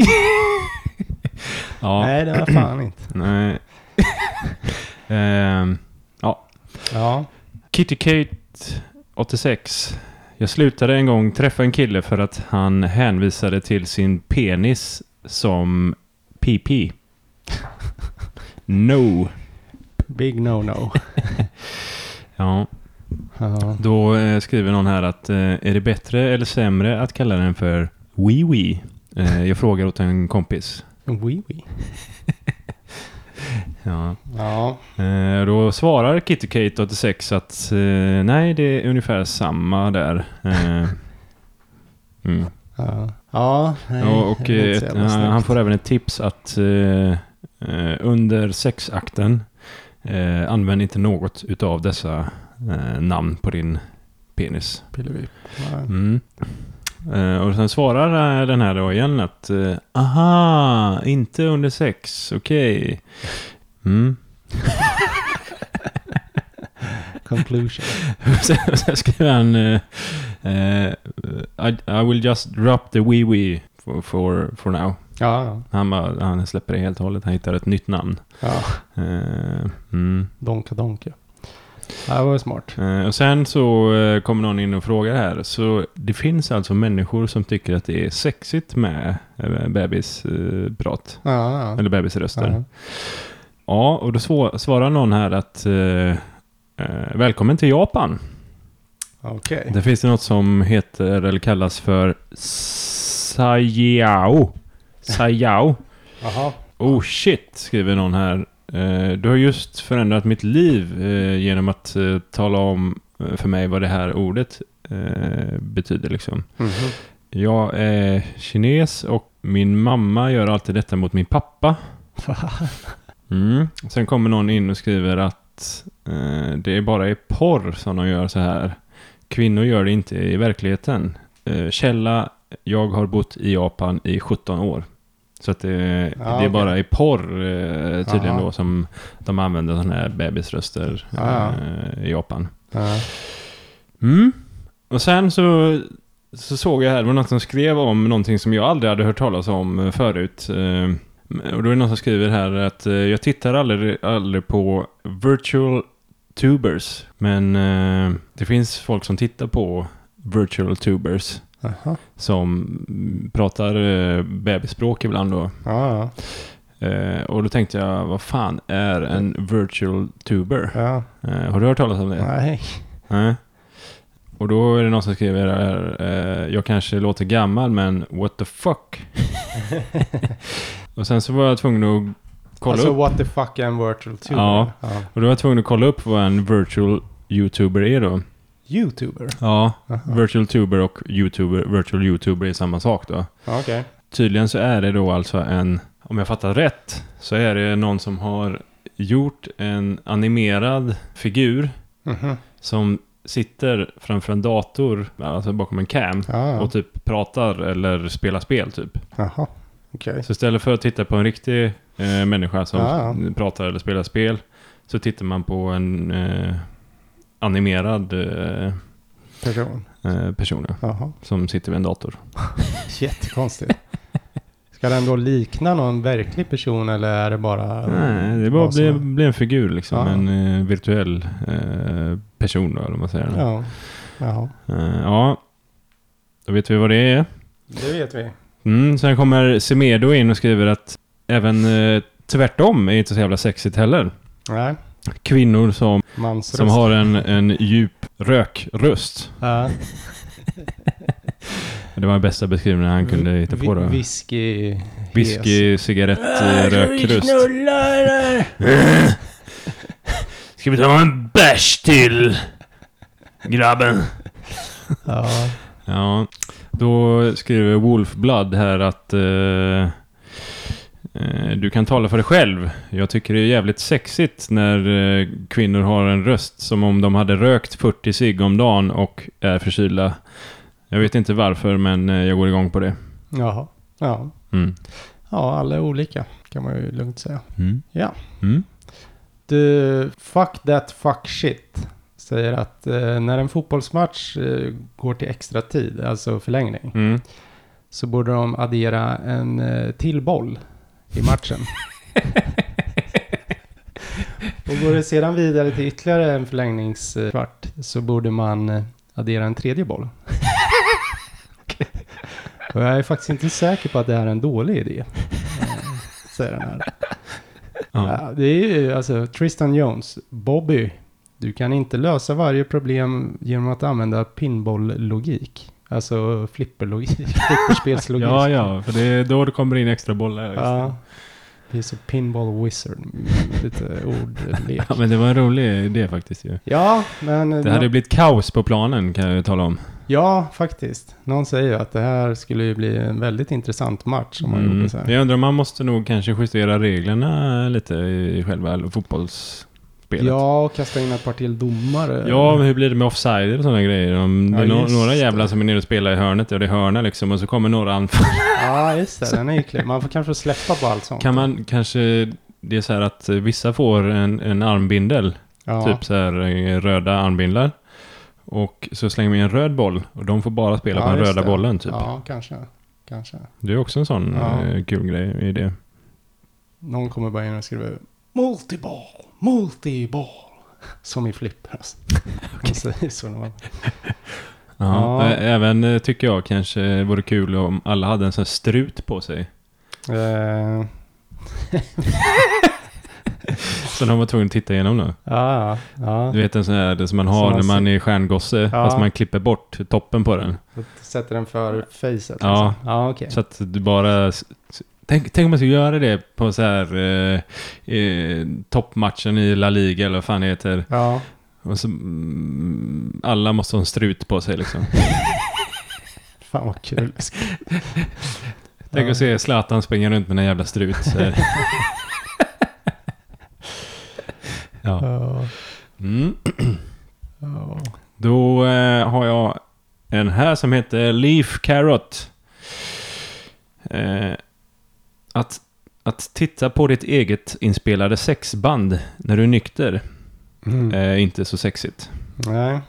Ja, Nej, det var fan inte. nej. Ehm, ja. Ja. Kitty Kate åttiosex. Jag slutade en gång träffa en kille för att han hänvisade till sin penis som P P. No. Big no-no. Ja, Ja. då eh, skriver någon här att eh, är det bättre eller sämre att kalla den för wee wee? Eh, jag frågar åt en kompis. Oui, oui. Ja. Ja. Eh, då svarar Kitty Kate åttiosex att eh, nej, det är ungefär samma där. Eh, mm. Ja. Ja. Nej, Ja, och det är inte eh, så ett, jävla eh, snyggt. han får även ett tips att eh, eh, under sexakten eh, använd inte något utav dessa eh, namn på din penis. Pillevipp. Ja. Mm. Eh, och sen svarar eh, den här då igen att eh, aha, inte under sex, okej. Mm. Conclusion. sen, sen skriver han eh, eh, I, I will just drop the wee wee for, for, for now. Ja, ja. Han, bara, han släpper det helt och hållet. Han hittar ett nytt namn. Ja. Eh, mm. Donka donka. Ja, det var ju smart. eh, och sen så eh, kommer någon in och frågar här. Så det finns alltså människor som tycker att det är sexigt med eh, bebisprat. Ja, ja. Eller bebisröster. Ja. Ja, och då svar, svarar någon här att eh, eh, välkommen till Japan. Okej. Där finns det något som heter eller kallas för Sayao. Sayao. Jaha. Oh shit, skriver någon här. Eh, du har just förändrat mitt liv eh, genom att eh, tala om eh, för mig vad det här ordet eh, betyder liksom. Mhm. Jag är kines och min mamma gör alltid detta mot min pappa. Mm. Sen kommer någon in och skriver att eh, det är bara i porr som de gör så här. Kvinnor gör det inte i verkligheten. Eh, källa, jag har bott i Japan i sjutton år. Så att det, Ja, det är okej. bara i porr eh, tydligen Aha. då som de använder sådana här bebisröster Ja, eh, i Japan. Ja. Mm. Och sen så, så såg jag här, det var någon som skrev om någonting som jag aldrig hade hört talas om eh, förut. Eh, och då är det någon som skriver här att eh, jag tittar aldrig, aldrig på virtual tubers. Men eh, det finns folk som tittar på virtual tubers Aha. som pratar eh, bebisspråk ibland då. Ja, Eh, och då tänkte jag, vad fan är en virtual tuber? ja. Eh, har du hört talas om det? Nej. Nej. Och då är det någon som skriver här, eh, jag kanske låter gammal, men what the fuck? Och sen så var jag tvungen att kolla Alltså upp. what the fuck är en virtual tuber? Ja. Ja. Och då var jag tvungen att kolla upp vad en virtual YouTuber är då. YouTuber? Ja, Aha. virtual tuber och YouTuber, virtual YouTuber är samma sak då. Ja, okej. Tydligen så är det då alltså en, om jag fattar rätt, så är det någon som har gjort en animerad figur Mhm. som sitter framför en dator, alltså bakom en cam, Ja, ja. och typ pratar eller spelar spel typ. Jaha. Okej. Så istället för att titta på en riktig eh, människa som Ja, pratar eller spelar spel, så tittar man på en eh, animerad eh, Person. eh, person ja, Jaha. som sitter vid en dator. Jättekonstigt. Ska den då likna någon verklig person eller är det bara... Nej, det bara vad som blir, är- blir en figur liksom, Ja. en eh, virtuell eh, person då, eller vad man säger. Ja. Jaha. Eh, ja, då vet vi vad det är. Det vet vi. Mm, sen kommer Semedo in och skriver att även eh, tvärtom är inte så jävla sexigt heller. Nej. kvinnor som, Mansröst. som har en, en djup rökröst. Ja. Det var den bästa beskrivningen han kunde hitta på då. Whisky... Whisky, cigarett, rökröst. Ska vi ta en bärs till, grabben? Ja. Ja, då skriver Wolfblood här att eh, eh, du kan tala för dig själv. Jag tycker det är jävligt sexigt när eh, kvinnor har en röst som om de hade rökt fyrtio cigg om dagen och är förkylda. Jag vet inte varför, men eh, jag går igång på det. Jaha. Ja. Mm. Ja, alla är olika, kan man ju lugnt säga. Mm. Ja. Mm. The fuck that fuck shit säger att eh, när en fotbollsmatch eh, går till extra tid, alltså förlängning, Mm. så borde de addera en eh, till boll i matchen. Och går det sedan vidare till ytterligare en förlängningskvart så borde man eh, addera en tredje boll. Och jag är faktiskt inte säker på att det här är en dålig idé, eh, säger den här. Ja. Ja, det är ju alltså Tristan Jones, Bobby. Du kan inte lösa varje problem genom att använda pinball-logik. Alltså flipperlogik, flipperspelslogik. ja, ja, för det är då det kommer in extra bollar. Just Ja. Det är så pinball wizard. Lite ordlek. Ja, men det var en rolig idé faktiskt ju. Ja, men... Det hade blivit kaos på planen, kan jag ju tala om. Ja, faktiskt. Någon säger ju att det här skulle ju bli en väldigt intressant match om man Mm. gjorde så här. Jag undrar om man måste nog kanske justera reglerna lite i själva fotbollsspelet. Ja, och kasta in ett par till domare. Ja, men hur blir det med offside och sådana grejer? Om det Ja, är no- just några det. jävlar som är nere och spelar i hörnet och det är hörna liksom, och så kommer några anfall. Ja, just det. Den är ju klar. Man får kanske släppa på allt sånt. Kan man kanske... Det är så här att vissa får en, en armbindel. Ja. Typ så här eh, röda armbindlar. Och så slänger vi en röd boll. Och de får bara spela Ja, på den just röda det. bollen typ. Ja, kanske. Kanske. Det är också en sån Ja. eh, kul grej i det. Någon kommer bara in och skriver multiball, multiball. Som i flipper. Alltså. Okay. Så, så när man... Ja. Ja. Ä- Även eh, tycker jag kanske vore kul om alla hade en sån här strut på sig. Eh, Så de var tvungna att titta igenom nu. ja, ja, ja. Du vet en sån här det som man har Som man när man ser- är stjärngosse. Ja. Fast man klipper bort toppen på den. Så sätter den för facet. Ja. Liksom. Ja, okej. Så att du bara... s- s- Tänk, tänk om man skulle göra det på så här eh, eh, toppmatchen i La Liga eller vad fan det heter. Ja. Och så, mm, alla måste ha en strut på sig liksom. Fan vad kul. Tänk Ja. att se Zlatan springa runt med en jävla strut. Så här. Ja. Ja. Mm. Ja. Då eh, har jag en här som heter Leaf Carrot. Eh, att, att titta på ditt eget inspelade sexband när du är nykter Mm. är inte så sexigt. Nej.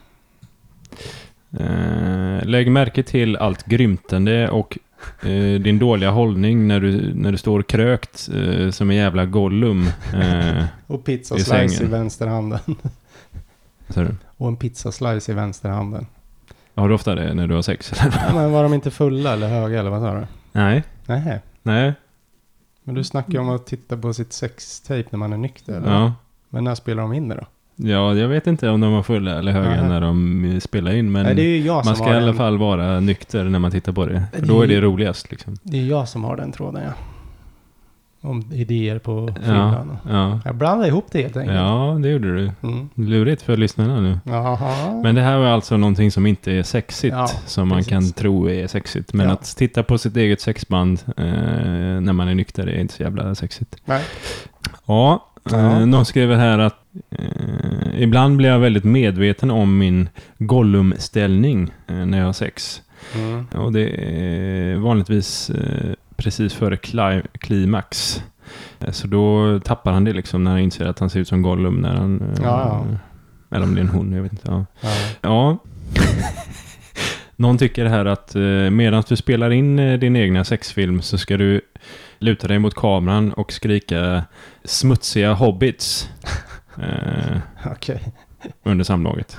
Eh, lägg märke till allt grymtande och eh, din dåliga hållning när du, när du står krökt eh, som en jävla Gollum. Eh, Och pizza I slice i sängen. vänsterhanden. så du? Och en pizza slice i vänsterhanden. Har du ofta det när du har sex? Eller? Ja, men var de inte fulla eller höga eller vad sa du? Nej. Nej. Nej. Men du snackar ju om att titta på sitt sextape när man är nykter. Eller? Ja. Men när spelar de in det då? Ja, jag vet inte om de var fulla eller höga Aha. när de spelar in, men Nej, det är ju jag som man ska har i alla den, fall vara nykter när man tittar på det. För Det då är är- det roligast liksom. Det är jag som har den tråden, ja. Om idéer på Ja, fyllan. ja. Jag blandar ihop det helt enkelt. ja, det gjorde du. Mm. Lurigt för lyssnarna nu. Jaha. Men det här var alltså någonting som inte är sexigt, Ja, som man precis. kan tro är sexigt. Men Ja. att titta på sitt eget sexband eh, när man är nykter är inte så jävla sexigt. Nej. Ja, eh, Ja. någon skriver här att eh, ibland blir jag väldigt medveten om min Gollum-ställning eh, när jag har sex. Mm. Och det är vanligtvis eh, precis före kli- klimax. Eh, Så då tappar han det liksom när han inser att han ser ut som Gollum när han... eh, Ja, ja. Eller om det är en hon, jag vet inte. Ja. Ja. ja. Någon tycker här att eh, medan du spelar in eh, din egna sexfilm så ska du luta dig mot kameran och skrika smutsiga hobbits eh, Okej. under samlaget.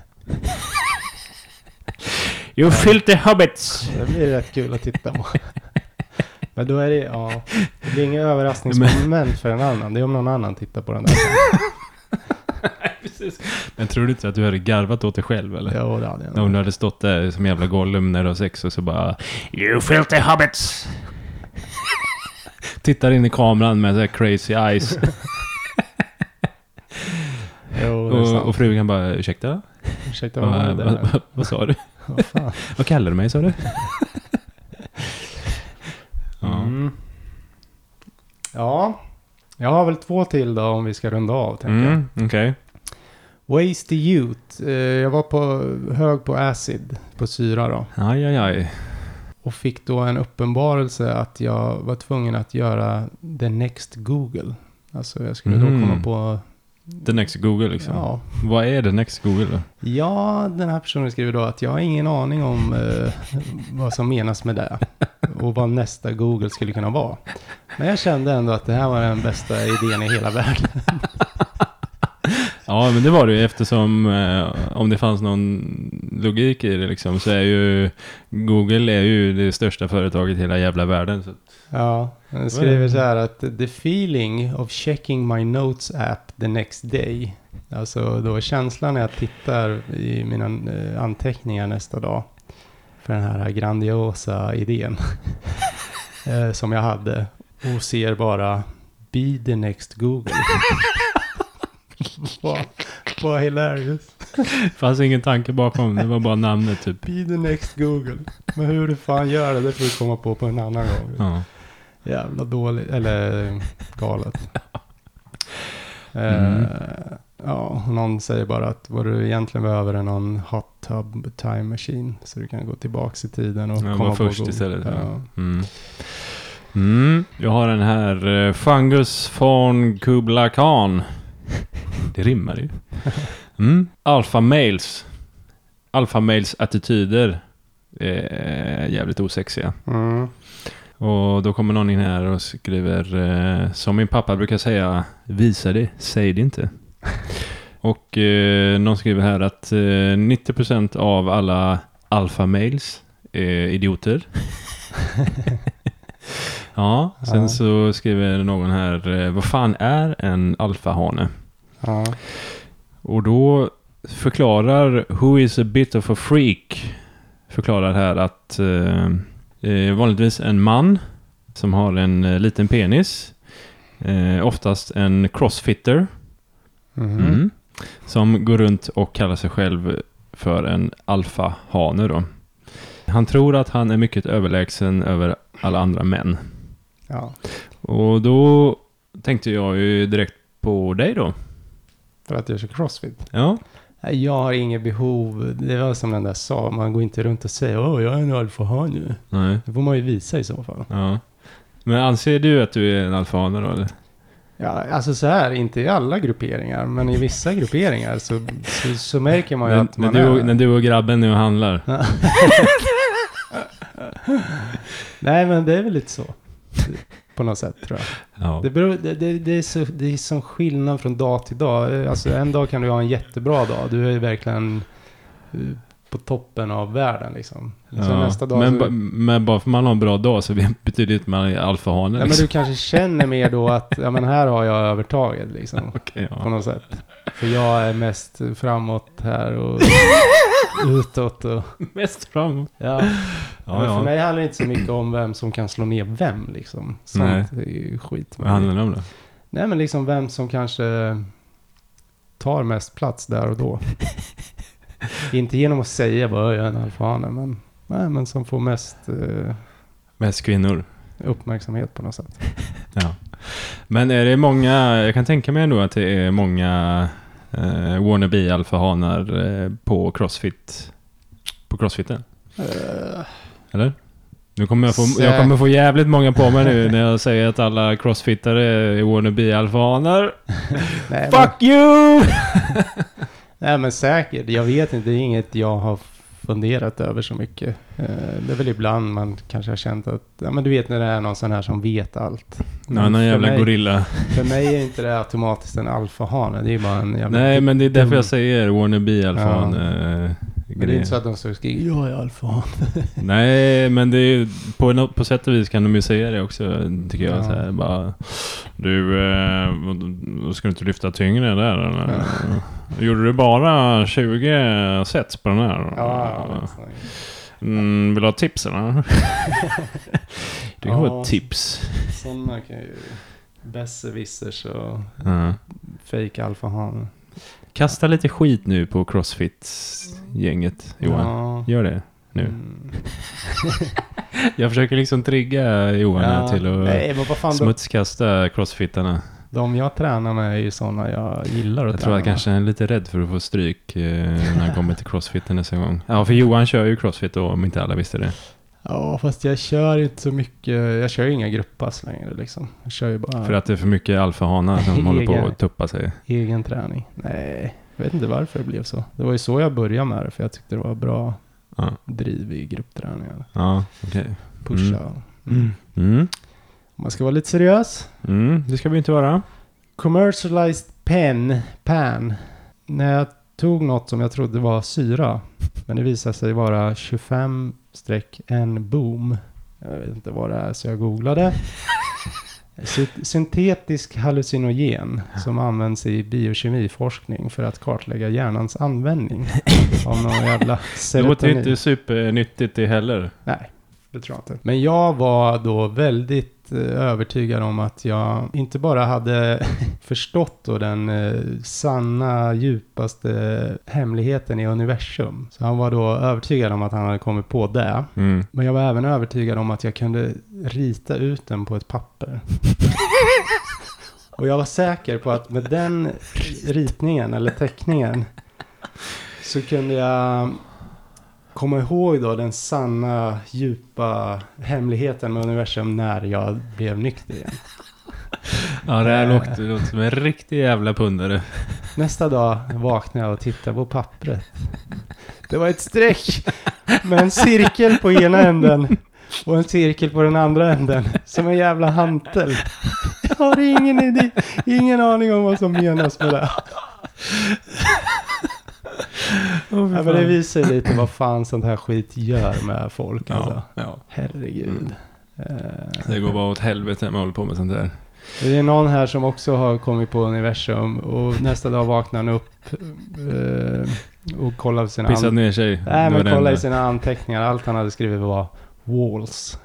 You filthy hobbits! Det blir rätt kul att titta på. Men då är det, ja. Det blir ingen överraskningsmoment för en annan. Det är om någon annan tittar på den där. Precis. Men tror du inte att du hade garvat åt dig själv eller? Jo, det hade jag. Om du hade stått där som jävla Gollum när du har sex och så bara You filthy hobbits! Tittar in i kameran med så här crazy eyes. Jo, det är och, sant. och frugan bara, ursäkta? Ursäkta, vad var Vad, det vad, där? vad, vad sa du? Vad fan? Vad kallar du mig, sa du? Ja. Mm. Ja, jag har väl två till då om vi ska runda av, tänker jag. Mm, okej. Okay. Wasted Youth. Eh, jag var på hög på acid, på syra då. Aj, aj, aj. Och fick då en uppenbarelse att jag var tvungen att göra the next Google. Alltså jag skulle Mm. då komma på... The next Google liksom. Ja. Vad är the next Google då? Ja, den här personen skriver då att jag har ingen aning om eh, vad som menas med det. Och vad nästa Google skulle kunna vara. Men jag kände ändå att det här var den bästa idén i hela världen. Ja, men det var det ju eftersom eh, om det fanns någon logik i det liksom, så är ju Google är ju det största företaget i hela jävla världen. Så. Ja, den skriver så här att the feeling of checking my notes app the next day. Alltså då känslan när jag tittar i mina eh, anteckningar nästa dag. För den här grandiosa idén eh, som jag hade. Och ser bara be the next Google. Vad vad hilarious. Fanns ingen tanke bakom, det var bara namnet typ. Be the next Google. Men hur du fan gör det, det får du komma på på en annan gång. Ja. Jävla dåligt, eller galet. Mm. Uh, ja, någon säger bara att vad du egentligen behöver är någon hot tub time machine. Så du kan gå tillbaka i tiden och Jag komma var på först Google. istället. Ja. Ja. Mm. Mm. Jag har den här uh, Fungus von Kubla Khan. Det rimmar ju. Mm. Alpha males. Alpha males attityder är jävligt osexiga. Mm. Och då kommer någon in här och skriver eh, som min pappa brukar säga, visa det, säg det inte. Och eh, någon skriver här att eh, nittio procent av alla alpha males är idioter. Ja, sen Ja. så skriver någon här, eh, vad fan är en alfahane? Ja. Och då förklarar Who is a bit of a freak förklarar här att eh, eh, vanligtvis en man som har en eh, liten penis, eh, oftast en crossfitter, Mhm. mm, som går runt och kallar sig själv för en alfahane då. Han tror att han är mycket överlägsen över alla andra män. Ja. Och då tänkte jag ju direkt på dig då. För att jag kör crossfit. Ja. Nej, jag har inget behov. Det var som den där sa. Man går inte runt och säger åh, jag är en alfahane. Nej. Det får man ju visa i så fall. Ja. Men anser du att du är en alfahane då eller? Ja, alltså så här, inte i alla grupperingar, men i vissa grupperingar så, så, så märker man ju När, att när, man du, är... och- när du och grabben nu handlar. Nej, men det är väl lite så. På något sätt, tror jag. Ja. Det, beror, det, det, det, är så, det är sån skillnad från dag till dag. Alltså en dag kan du ha en jättebra dag. Du är ju verkligen eh, på toppen av världen liksom. Så Ja. nästa dag men, så, ba, men bara för man har en bra dag så betyder det inte att man är alfahane. nej, men Liksom. du kanske känner mer då att ja, men här har jag övertaget liksom. Okej, På ja. något sätt. För jag är mest framåt här och utåt. Och, Mest framåt. ja. Ja, Men ja. för mig handlar det inte så mycket om vem som kan slå ner vem liksom. Sånt är ju skit. Vad handlar det om då? Nej, men liksom vem som kanske tar mest plats där och då. Inte genom att säga bara jag är en alfahane, men, nej, men som får mest eh, Mest kvinnor. uppmärksamhet på något sätt. Ja. Men är det många, jag kan tänka mig ändå att det är många eh, wannabe alfahanar eh, på crossfit, på crossfiten. Uh, Eller? Nu kommer jag, få, Sä- jag kommer få jävligt många på mig nu när jag säger att alla crossfittare är wannabe alfahanar. nej, Fuck you! Men, nej, men säkert. Jag vet inte. Det är inget jag har funderat över så mycket. Uh, det är väl ibland man kanske har känt att ja, men du vet när det är någon sån här som vet allt. Ja, någon för jävla mig, gorilla. För mig är inte det automatiskt en alfahane. Det är bara en jävla... Nej, men det är därför dum- jag säger wannabe alfahane Men det är inte så att de står och skriker, jag är alfa. Nej, men det är på, något, på sätt och vis kan de ju säga det också, tycker jag. Ja. Så här, bara, du, eh, ska du inte lyfta tyngre där? Eller? Ja. Gjorde du bara tjugo sets på den här? Ja, ja, mm, vill du ha tips eller? Du har ja, ett tips. Sådana kan ju besserwissers och uh. fake alfahan. Kasta lite skit nu på CrossFit-gänget, Johan. Ja. Gör det nu. Mm. Jag försöker liksom trigga Johan ja. till att Nej, smutskasta crossfittarna. De jag tränar med är ju sådana jag gillar att Jag träna. tror jag kanske är lite rädd för att få stryk eh, när han kommer till crossfiten nästa gång. Ja, för Johan kör ju crossfit då, om inte alla visste det. Ja, fast jag kör inte så mycket. Jag kör ju inga grupppass längre liksom. Jag kör ju bara... För att det är för mycket alfahanar som egen, håller på att tuppa sig. Egen träning. Nej, jag vet inte varför det blev så. Det var ju så jag började med det, för jag tyckte det var bra ja. driv i gruppträningar. Ja, okej. Okay. Pusha. Mm. Mm. Mm. Man ska vara lite seriös. Mm, det ska vi inte vara. Commercialized pen, pan. När jag tog något som jag trodde var syra, men det visade sig vara tjugofem en boom. Jag vet inte vad det är, så jag googlade. Syntetisk hallucinogen som används i biokemiforskning för att kartlägga hjärnans användning av någon jävla serotonin. Det låter inte supernyttigt det heller. Nej, det tror jag inte. Men jag var då väldigt övertygad om att jag inte bara hade förstått då den eh, sanna, djupaste hemligheten i universum. Så han var då övertygad om att han hade kommit på det. Mm. Men jag var även övertygad om att jag kunde rita ut den på ett papper. Och jag var säker på att med den ritningen eller teckningen så kunde jag komma ihåg då den sanna, djupa hemligheten med universum när jag blev nykter igen. Ja, det här låter, det låter som en riktig jävla pundare. Nästa dag vaknade jag och tittade på pappret. Det var ett streck med en cirkel på ena änden och en cirkel på den andra änden. Som en jävla hantel. Jag har ingen idé, ingen aning om vad som menas med det. Oh, ja, men det visar lite vad fan sånt här skit gör med folk. Ja, alltså. ja. Herregud. Mm. Uh, det går bara åt helvete när man håller på med sånt där. Det är någon här som också har kommit på universum och nästa dag vaknar han upp uh, och kollar sina Pissat an- ner sig. Nej, men kollar i sina anteckningar. Allt han hade skrivit var walls.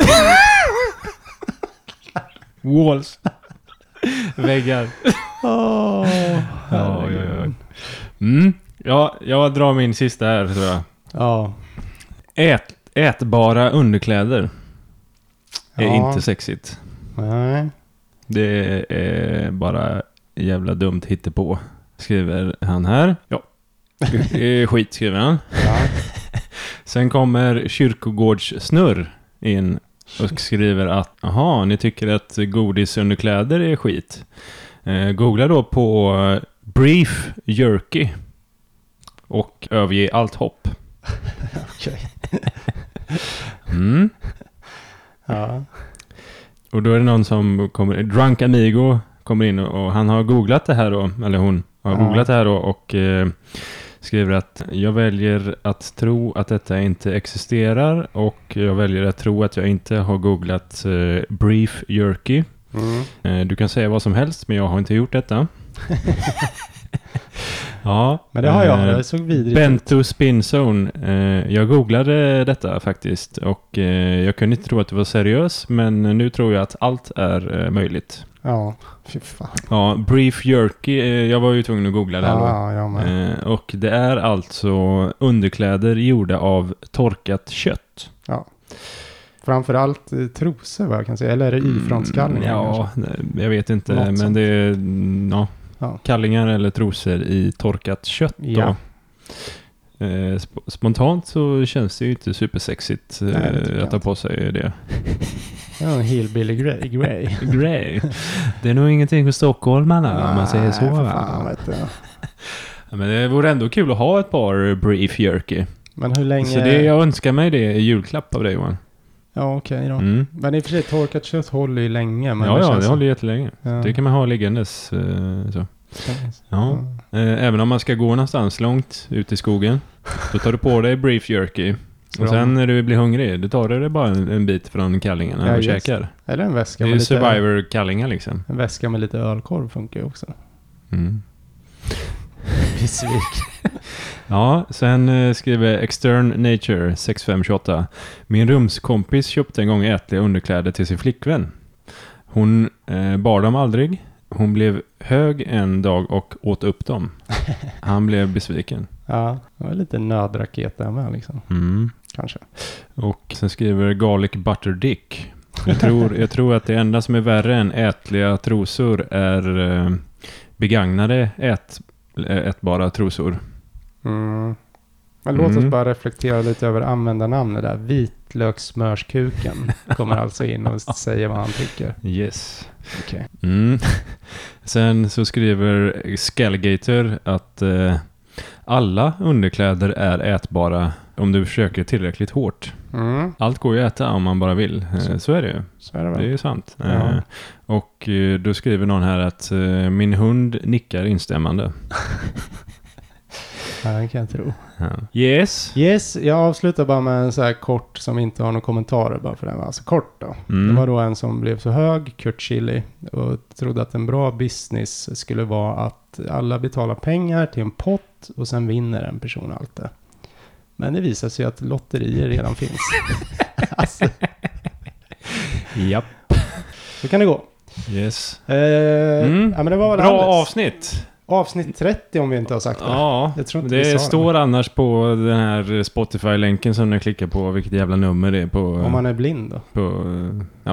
Walls. Väggar. Åh, oh, ja, ja, ja. Mm. Ja, jag drar min sista här, tror jag. Ja. Ät, ätbara underkläder är ja. inte sexigt. Nej. Det är bara jävla dumt hittepå, skriver han här. Ja, det är skit, skriver han. Ja. Sen kommer kyrkogårdssnurr in och skriver att aha, ni tycker att godisunderkläder är skit. Eh, googla då på brief jerky och överge allt hopp. Okej. Mm. Ja. Och då är det någon som kommer, Drunk Amigo kommer in och, och han har googlat det här då, eller hon har ja. googlat det här då och eh, skriver att jag väljer att tro att detta inte existerar och jag väljer att tro att jag inte har googlat eh, brief jerky. Mm. Eh, du kan säga vad som helst, men jag har inte gjort detta. Ja, men det har jag. Det såg vidrigt Bento Spin Zone. Eh, jag googlade detta faktiskt och eh, jag kunde inte tro att det var seriöst, men nu tror jag att allt är eh, möjligt. Ja, fy fan. Ja, brief jerky. Eh, jag var ju tvungen att googla det här ja, då. Jag med. Eh, och det är alltså underkläder gjorda av torkat kött. Ja. Framförallt eh, trosor, vad jag kan säga. Eller är det y-frontskallingar? Mm, ja, kanske? Jag vet inte. Något men sånt. det är ja, ja. kallingar eller trosor i torkat kött. Ja. Då. Eh, sp- spontant så känns det ju inte supersexigt eh, Nej, att ta på sig det. Ja, en hillbilly grey. Grey. Grey. Det är nog ingenting för stockholmarna om man säger så. För fan, vet du. Ja, men det vore ändå kul att ha ett par brief jerky. Men hur länge... Så det, jag önskar mig det i julklapp av dig, Johan. Ja, okej okay då. Mm. Men i och för sig, torkat kött håller ju länge. Men ja, det ja, känns det håller jättelänge. Ja. Det kan man ha liggandes. Eh, så. Ja. Eh, även om man ska gå någonstans långt ut i skogen, då tar du på dig beef jerky. Och Bra. sen när du blir hungrig, då tar du det bara en, en bit från kallingarna Ja, och just. käkar. Eller en väska Det är med ju lite, survivor-kallingar liksom. en väska med lite ölkorv funkar ju också. Mm. Besvik. Ja, sen eh, skriver Extern Nature sex fem två åtta. Min rumskompis köpte en gång ätliga underkläder till sin flickvän. Hon eh, bar dem aldrig. Hon blev hög en dag och åt upp dem. Han blev besviken. Ja, det var lite nödraket där med liksom. Mm. Kanske. Och sen skriver Garlic Butter Dick. Jag tror, jag tror att det enda som är värre än ätliga trosor är eh, begagnade ät, ätbara trosor. Mm. Men låt Mm. oss bara reflektera lite över användarnamnet där. Vitlökssmörskuken kommer alltså in och säger vad han tycker. Yes. Okej. Mm. Sen så skriver Scalgator att eh, alla underkläder är ätbara om du försöker tillräckligt hårt. Mm. Allt går ju att äta om man bara vill. Eh, Så. så är det ju. Så är det Det är väl. ju sant. Ja. Eh, och eh, då skriver någon här att eh, min hund nickar instämmande. Ja, det kan jag tro. Ja. Yes. Yes, jag avslutar bara med en så här kort som inte har några kommentarer bara för den var alltså kort då. Mm. Det var då en som blev så hög, Kurt Chili, och trodde att en bra business skulle vara att alla betalar pengar till en pott och sen vinner en person allt det. Men det visar sig att lotterier redan finns. Alltså, Japp. så kan det gå. Yes. Eh, Mm. ja, men det var väl Bra alldeles. avsnitt. Avsnitt trettio om vi inte har sagt det. Ja, Jag tror inte vi sa det det. står annars på den här Spotify-länken som ni klickar på vilket jävla nummer det är på. Om man är blind då. på eh, ja.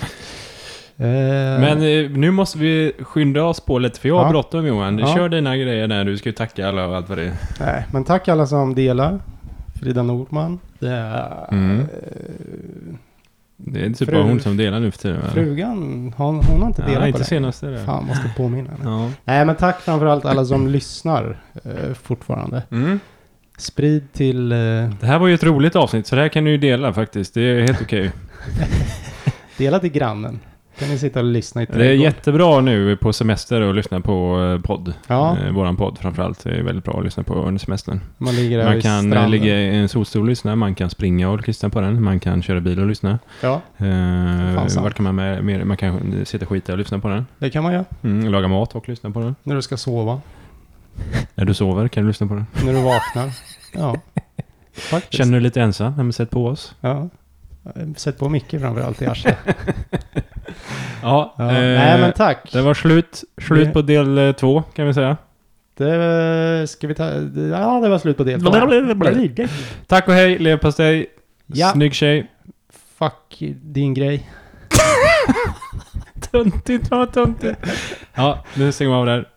Eh, Men eh, nu måste vi skynda oss på lite för jag har Ja. bråttom Johan. Ja. Kör dina grejer där. Du ska ju tacka alla och allt vad det är. Nej, men tack alla som delar. Frida Nordman. Det är, Mm. eh, Det är typ Fru- bara hon som delar nu för tiden. va? frugan, hon, hon har inte delat Ja, på inte det. senaste där. Fan, måste påminna henne. Ja. Nej, men tack framförallt alla som lyssnar eh, fortfarande. Mm. Sprid till... Eh, Det här var ju ett roligt avsnitt så det här kan du ju dela faktiskt. Det är helt okej. dela till grannen. Kan ni sitta och lyssna i Det är trädgården. jättebra nu på semester och lyssna på eh, podd. Ja. Eh, våran podd framförallt. Det är väldigt bra att lyssna på under semestern. Man ligger där Man vid kan eh, stranden. ligga i en solstol och lyssna. Man kan springa och lyssna på den. Man kan köra bil och lyssna. Ja, Eh, Fan sant. vart kan man med, med, man kan sitta och skita och lyssna på den. det kan man göra. Mm, laga mat och lyssna på den. När du ska sova. När du sover kan du lyssna på den. När du vaknar. Ja, faktiskt. Känner du dig lite ensam? Nej, men sätt på oss. Ja. Sätt på Micke framförallt i arslet. Ja, Ja. eh, Nej, men tack. det var slut. Slut Det- på del eh, två kan vi säga. Det ska vi ta... Ja, det var slut på det. Tack och hej, leverpastej. Ja. Snygg tjej. Fuck din grej. Töntigt, vad töntigt. Ja, nu stänger vi av där.